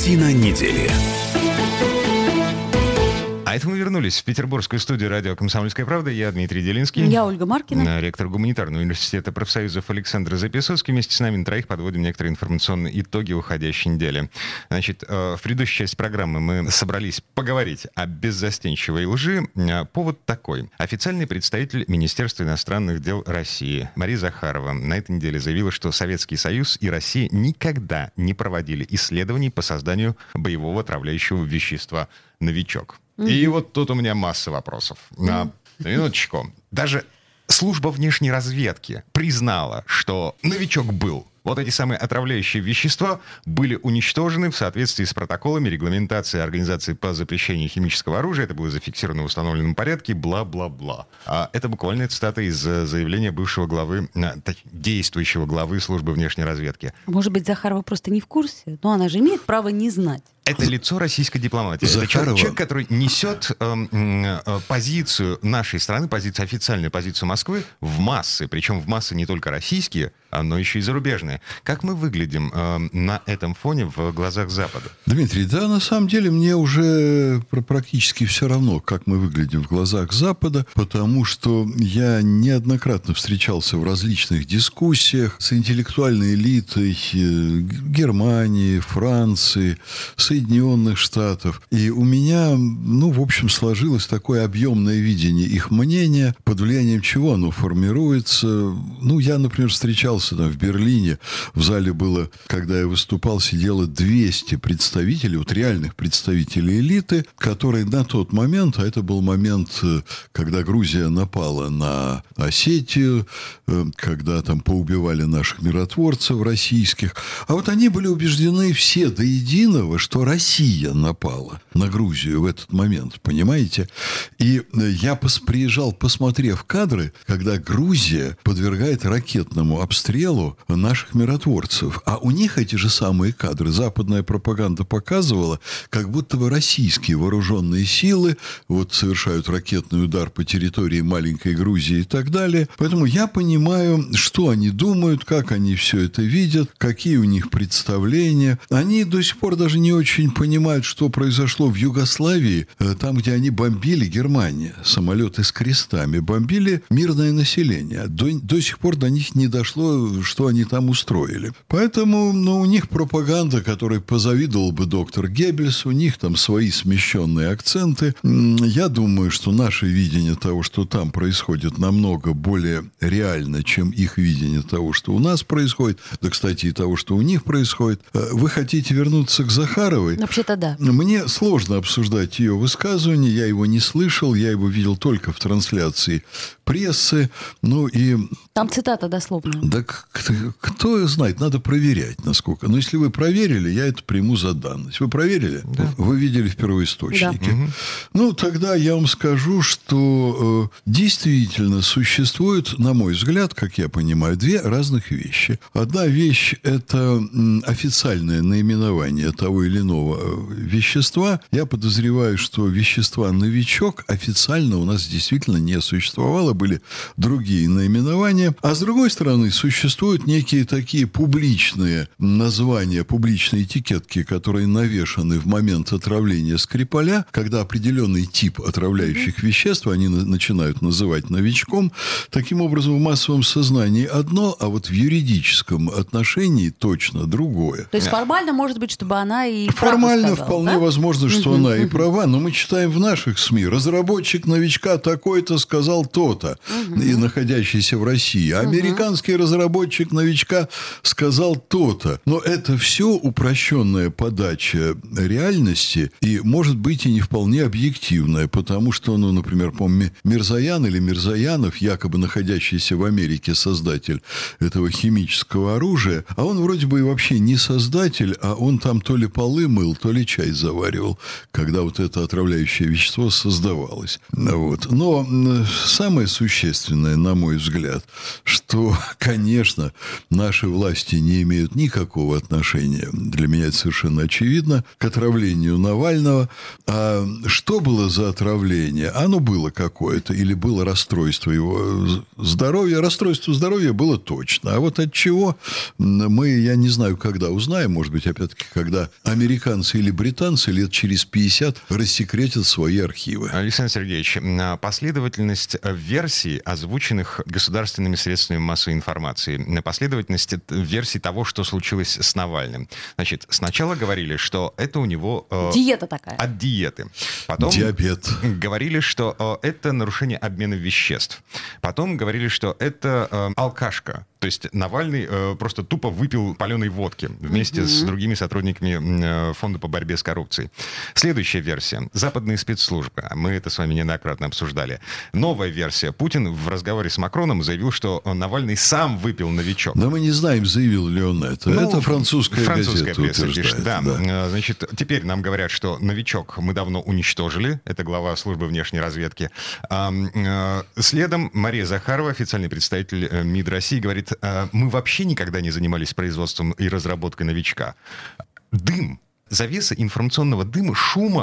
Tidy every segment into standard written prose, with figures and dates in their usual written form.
Картина недели. А это мы вернулись в петербургскую студию радио «Комсомольская правда». Я Дмитрий Делинский. Я Ольга Маркина. Ректор гуманитарного университета профсоюзов Александр Записовский. Вместе с нами на троих подводим некоторые информационные итоги уходящей недели. Значит, в предыдущей части программы мы собрались поговорить о беззастенчивой лжи. Повод такой. Официальный представитель Министерства иностранных дел России Мария Захарова на этой неделе заявила, что Советский Союз и Россия никогда не проводили исследований по созданию боевого отравляющего вещества «Новичок». И вот тут у меня масса вопросов. На минуточку. Даже служба внешней разведки признала, что новичок был. Вот эти самые отравляющие вещества были уничтожены в соответствии с протоколами регламентации Организации по запрещению химического оружия. Это было зафиксировано в установленном порядке, бла-бла-бла. А это буквально цитата из заявления бывшего главы, действующего главы службы внешней разведки. Может быть, Захарова просто не в курсе, но она же имеет право не знать. Это лицо российской дипломатии. Захарова. Это человек, который несет позицию нашей страны, официальную позицию Москвы в массы. Причем в массы не только российские, но еще и зарубежные. Как мы выглядим на этом фоне в глазах Запада? Дмитрий, да, на самом деле мне уже практически все равно, как мы выглядим в глазах Запада, потому что я неоднократно встречался в различных дискуссиях с интеллектуальной элитой Германии, Франции, Соединенных Штатов. И у меня, в общем, сложилось такое объемное видение их мнения, под влиянием чего оно формируется. Я, например, встречался там в Берлине, в зале было, когда я выступал, сидело 200 представителей, реальных представителей элиты, которые на тот момент, а это был момент, когда Грузия напала на Осетию, когда там поубивали наших миротворцев российских, а вот они были убеждены все до единого, что Россия напала на Грузию в этот момент, понимаете? И я приезжал, посмотрев кадры, когда Грузия подвергает ракетному обстрелу наших миротворцев. А у них эти же самые кадры западная пропаганда показывала, как будто бы российские вооруженные силы совершают ракетный удар по территории маленькой Грузии и так далее. Поэтому я понимаю, что они думают, как они все это видят, какие у них представления. Они до сих пор даже не очень понимают, что произошло в Югославии, там, где они бомбили Германию. Самолеты с крестами бомбили мирное население. До сих пор до них не дошло, что они там устроили. Поэтому, у них пропаганда, которой позавидовал бы доктор Геббельс, у них там свои смещенные акценты. Я думаю, что наше видение того, что там происходит, намного более реально, чем их видение того, что у нас происходит. Да, кстати, и того, что у них происходит. Вы хотите вернуться к Захаровой? Вообще-то да. Мне сложно обсуждать ее высказывание. Я его не слышал. Я его видел только в трансляции прессы. Там цитата дословная. Да кто знает, надо проверять, насколько. Но если вы проверили, я это приму за данность. Вы проверили? Да. Вы видели в первоисточнике. Да. Тогда я вам скажу, что действительно существует, на мой взгляд, как я понимаю, две разных вещи. Одна вещь – это официальное наименование того или иного вещества. Я подозреваю, что вещества «Новичок» официально у нас действительно не существовало, были другие наименования. А с другой стороны, существуют некие такие публичные названия, публичные этикетки, которые навешаны в момент отравления Скрипаля, когда определенный тип отравляющих веществ они начинают называть новичком. Таким образом, в массовом сознании одно, а вот в юридическом отношении точно другое. То есть формально, может быть, чтобы она и формально права сказала, вполне да? возможно, что она и права, но мы читаем в наших СМИ: разработчик новичка такой-то сказал то-то, и находящийся в России. Американский разработчик новичка сказал то-то. Но это все упрощенная подача реальности и, может быть, и не вполне объективная, потому что, например, по-моему, Мирзоян или Мирзоянов, якобы находящийся в Америке создатель этого химического оружия, а он вроде бы и вообще не создатель, а он там то ли полы мыл, то ли чай заваривал, когда вот это отравляющее вещество создавалось. Но самое существенное, на мой взгляд, что, конечно, наши власти не имеют никакого отношения, для меня это совершенно очевидно, к отравлению Навального. А что было за отравление? Оно было какое-то, или было расстройство его здоровья? Расстройство здоровья было точно. А вот от чего я не знаю, когда узнаем, может быть, опять-таки, когда американцы или британцы лет через 50 рассекретят свои архивы. Александр Сергеевич, последовательность версий, озвученных государственными средствами массовой информации, последовательность версий того, что случилось с Навальным. Значит, сначала говорили, что это у него... Диета такая. От диеты. Потом Диабет. говорили, что это нарушение обмена веществ. Потом говорили, что это алкашка. То есть Навальный просто тупо выпил паленой водки вместе с другими сотрудниками Фонда по борьбе с коррупцией. Следующая версия. Западные спецслужбы. Мы это с вами неоднократно обсуждали. Новая версия. Путин в разговоре с Макроном заявил, что Навальный сам выпил новичок. Да мы не знаем, заявил ли он это. Это французская газета пресса утверждает. пишет, да. Значит, теперь нам говорят, что новичок мы давно уничтожили. Это глава службы внешней разведки. Следом Мария Захарова, официальный представитель МИД России, говорит, мы вообще никогда не занимались производством и разработкой новичка. Дым. Завеса информационного дыма,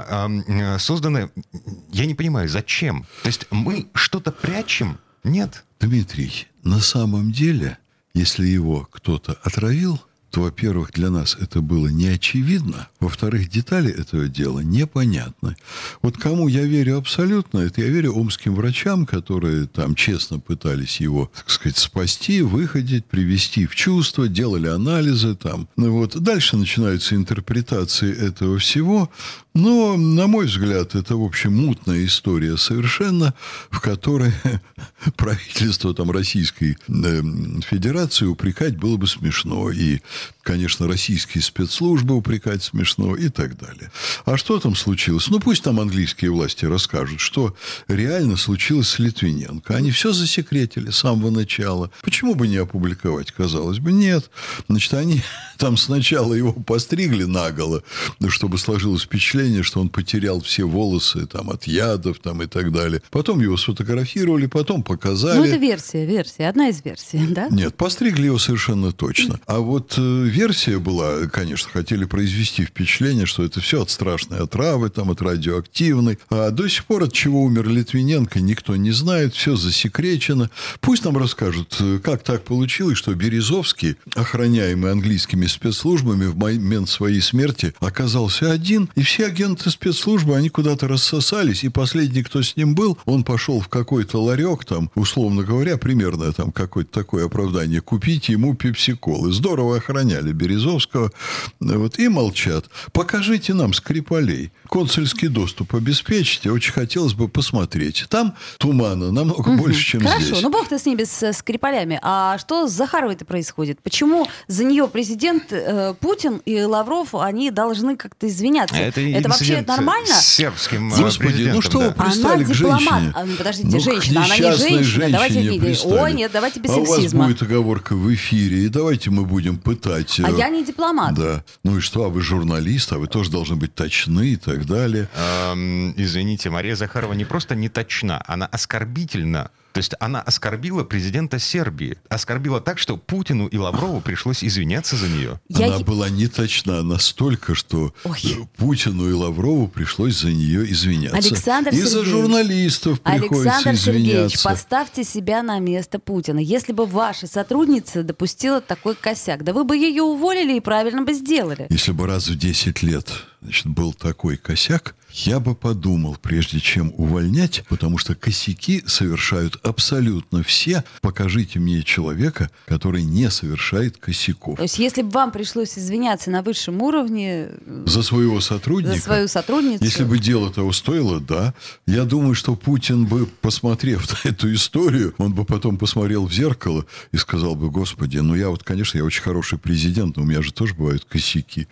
шума создана, я не понимаю, зачем? То есть мы что-то прячем? Нет. Дмитрий, на самом деле, если его кто-то отравил, то, во-первых, для нас это было не очевидно, во-вторых, детали этого дела непонятны. Вот кому я верю абсолютно, это я верю омским врачам, которые там честно пытались его, так сказать, спасти, выходить, привести в чувство, делали анализы там. Ну вот, дальше начинаются интерпретации этого всего, но, на мой взгляд, это, в общем, мутная история совершенно, в которой правительство там Российской Федерации упрекать было бы смешно. И, конечно, российские спецслужбы упрекать смешно и так далее. А что там случилось? Ну, пусть там английские власти расскажут, что реально случилось с Литвиненко. Они все засекретили с самого начала. Почему бы не опубликовать, казалось бы? Нет. Значит, они там сначала его постригли наголо, чтобы сложилось впечатление, что он потерял все волосы там, от ядов там, и так далее. Потом его сфотографировали, потом показали. Ну, это версия, одна из версий, да? Нет, постригли его совершенно точно. А вот версия была, конечно, хотели произвести впечатление, что это все от страшной отравы, там, от радиоактивной. А до сих пор, от чего умер Литвиненко, никто не знает, все засекречено. Пусть нам расскажут, как так получилось, что Березовский, охраняемый английскими спецслужбами, в момент своей смерти оказался один, и все агенты спецслужбы, они куда-то рассосались, и последний, кто с ним был, он пошел в какой-то ларек, там, условно говоря, примерно там какое-то такое оправдание, купить ему пепси-колы. Здорово охраняли Березовского, вот, и молчат. Покажите нам Скрипалей. Консульский доступ обеспечите, очень хотелось бы посмотреть. Там тумана намного больше, чем Хорошо, здесь. ну бог-то с ними, с Скрипалями. А что с Захаровой-то происходит? Почему за нее президент Путин и Лавров, они должны как-то извиняться? Это вообще нормально? С сербским Господи, президентом, ну что вы да. пристали к женщине? Подождите, женщина, она не женщина. Давайте не... Ой, нет, давайте без сексизма. У вас будет оговорка в эфире, и давайте мы будем пытать... А я не дипломат. Да. Ну и что, а вы журналист, а вы тоже должны быть точны и так далее. Извините, Мария Захарова не просто не точна, она оскорбительна. То есть она оскорбила президента Сербии. Оскорбила так, что Путину и Лаврову пришлось извиняться за нее. Она была не точна настолько, что Путину и Лаврову пришлось за нее извиняться. Александр и за журналистов приходится Александр Сергеевич, извиняться. поставьте себя на место Путина. Если бы ваша сотрудница допустила такой косяк, да вы бы ее уволили и правильно бы сделали. Если бы раз в 10 лет, значит, был такой косяк, я бы подумал, прежде чем увольнять, потому что косяки совершают абсолютно все. Покажите мне человека, который не совершает косяков. То есть, если бы вам пришлось извиняться на высшем уровне... За своего сотрудника? За свою сотрудницу? Если бы дело того стоило, да. Я думаю, что Путин бы, посмотрев на эту историю, он бы потом посмотрел в зеркало и сказал бы: Господи, ну я вот, конечно, я очень хороший президент, но у меня же тоже бывают косяки.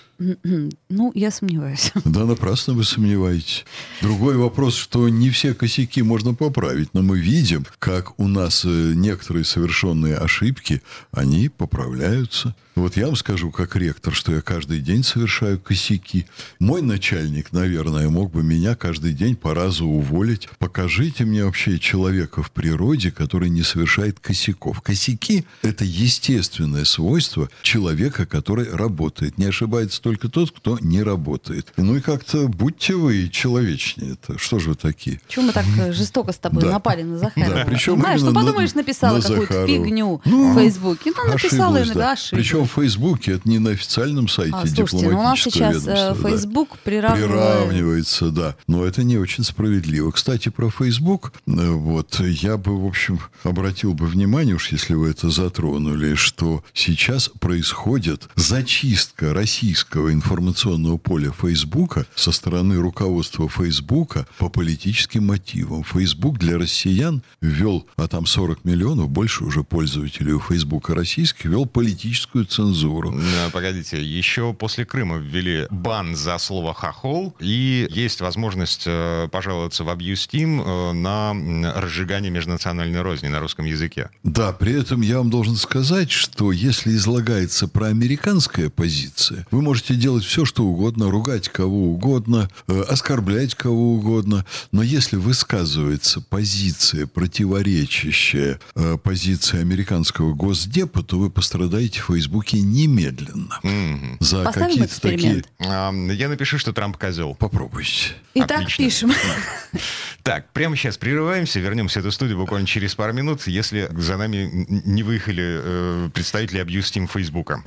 Ну, я сомневаюсь. Да, напрасно вы сомневаетесь. Другой вопрос, что не все косяки можно поправить, но мы видим, как у нас некоторые совершенные ошибки, они поправляются. Вот я вам скажу, как ректор, что я каждый день совершаю косяки. Мой начальник, наверное, мог бы меня каждый день по разу уволить. Покажите мне вообще человека в природе, который не совершает косяков. Косяки – это естественное свойство человека, который работает. Не ошибается только тот, кто не работает. Ну и как-то будьте вы человечнее-то. Что же вы такие? Чего мы так жестоко с тобой напали на Захарова? Да, причем знаешь, ну подумаешь, написала какую-то фигню в Фейсбуке. Ну, написала, ошиблась, ошиблась. Причем в Фейсбуке, это не на официальном сайте дипломатического у нас сейчас ведомства. Фейсбук приравнивается, да. Но это не очень справедливо. Кстати, про Фейсбук, вот, я бы, в общем, обратил бы внимание, уж если вы это затронули, что сейчас происходит зачистка российского информационного поля Фейсбука со стороны руководства Фейсбука по политическим мотивам. Фейсбук для россиян ввел, а там 40 миллионов, больше уже пользователей у Фейсбука российских, ввел политическую цензуру. Погодите, еще после Крыма ввели бан за слово «хохол», и есть возможность пожаловаться в Абьюстим на разжигание межнациональной розни на русском языке. Да, при этом я вам должен сказать, что если излагается проамериканская позиция, вы можете делать все, что угодно, ругать кого угодно, оскорблять кого угодно, но если высказывается позиция, противоречащая позиции американского Госдепа, то вы пострадаете в Фейсбуке немедленно. За поставим какие-то такие... Я напишу, что Трамп козел. Попробуйте. Итак, пишем. Так, прямо сейчас прерываемся, вернемся в эту студию буквально через пару минут, если за нами не выехали представители Абьюстим Фейсбука.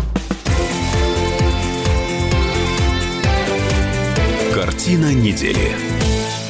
Картина недели.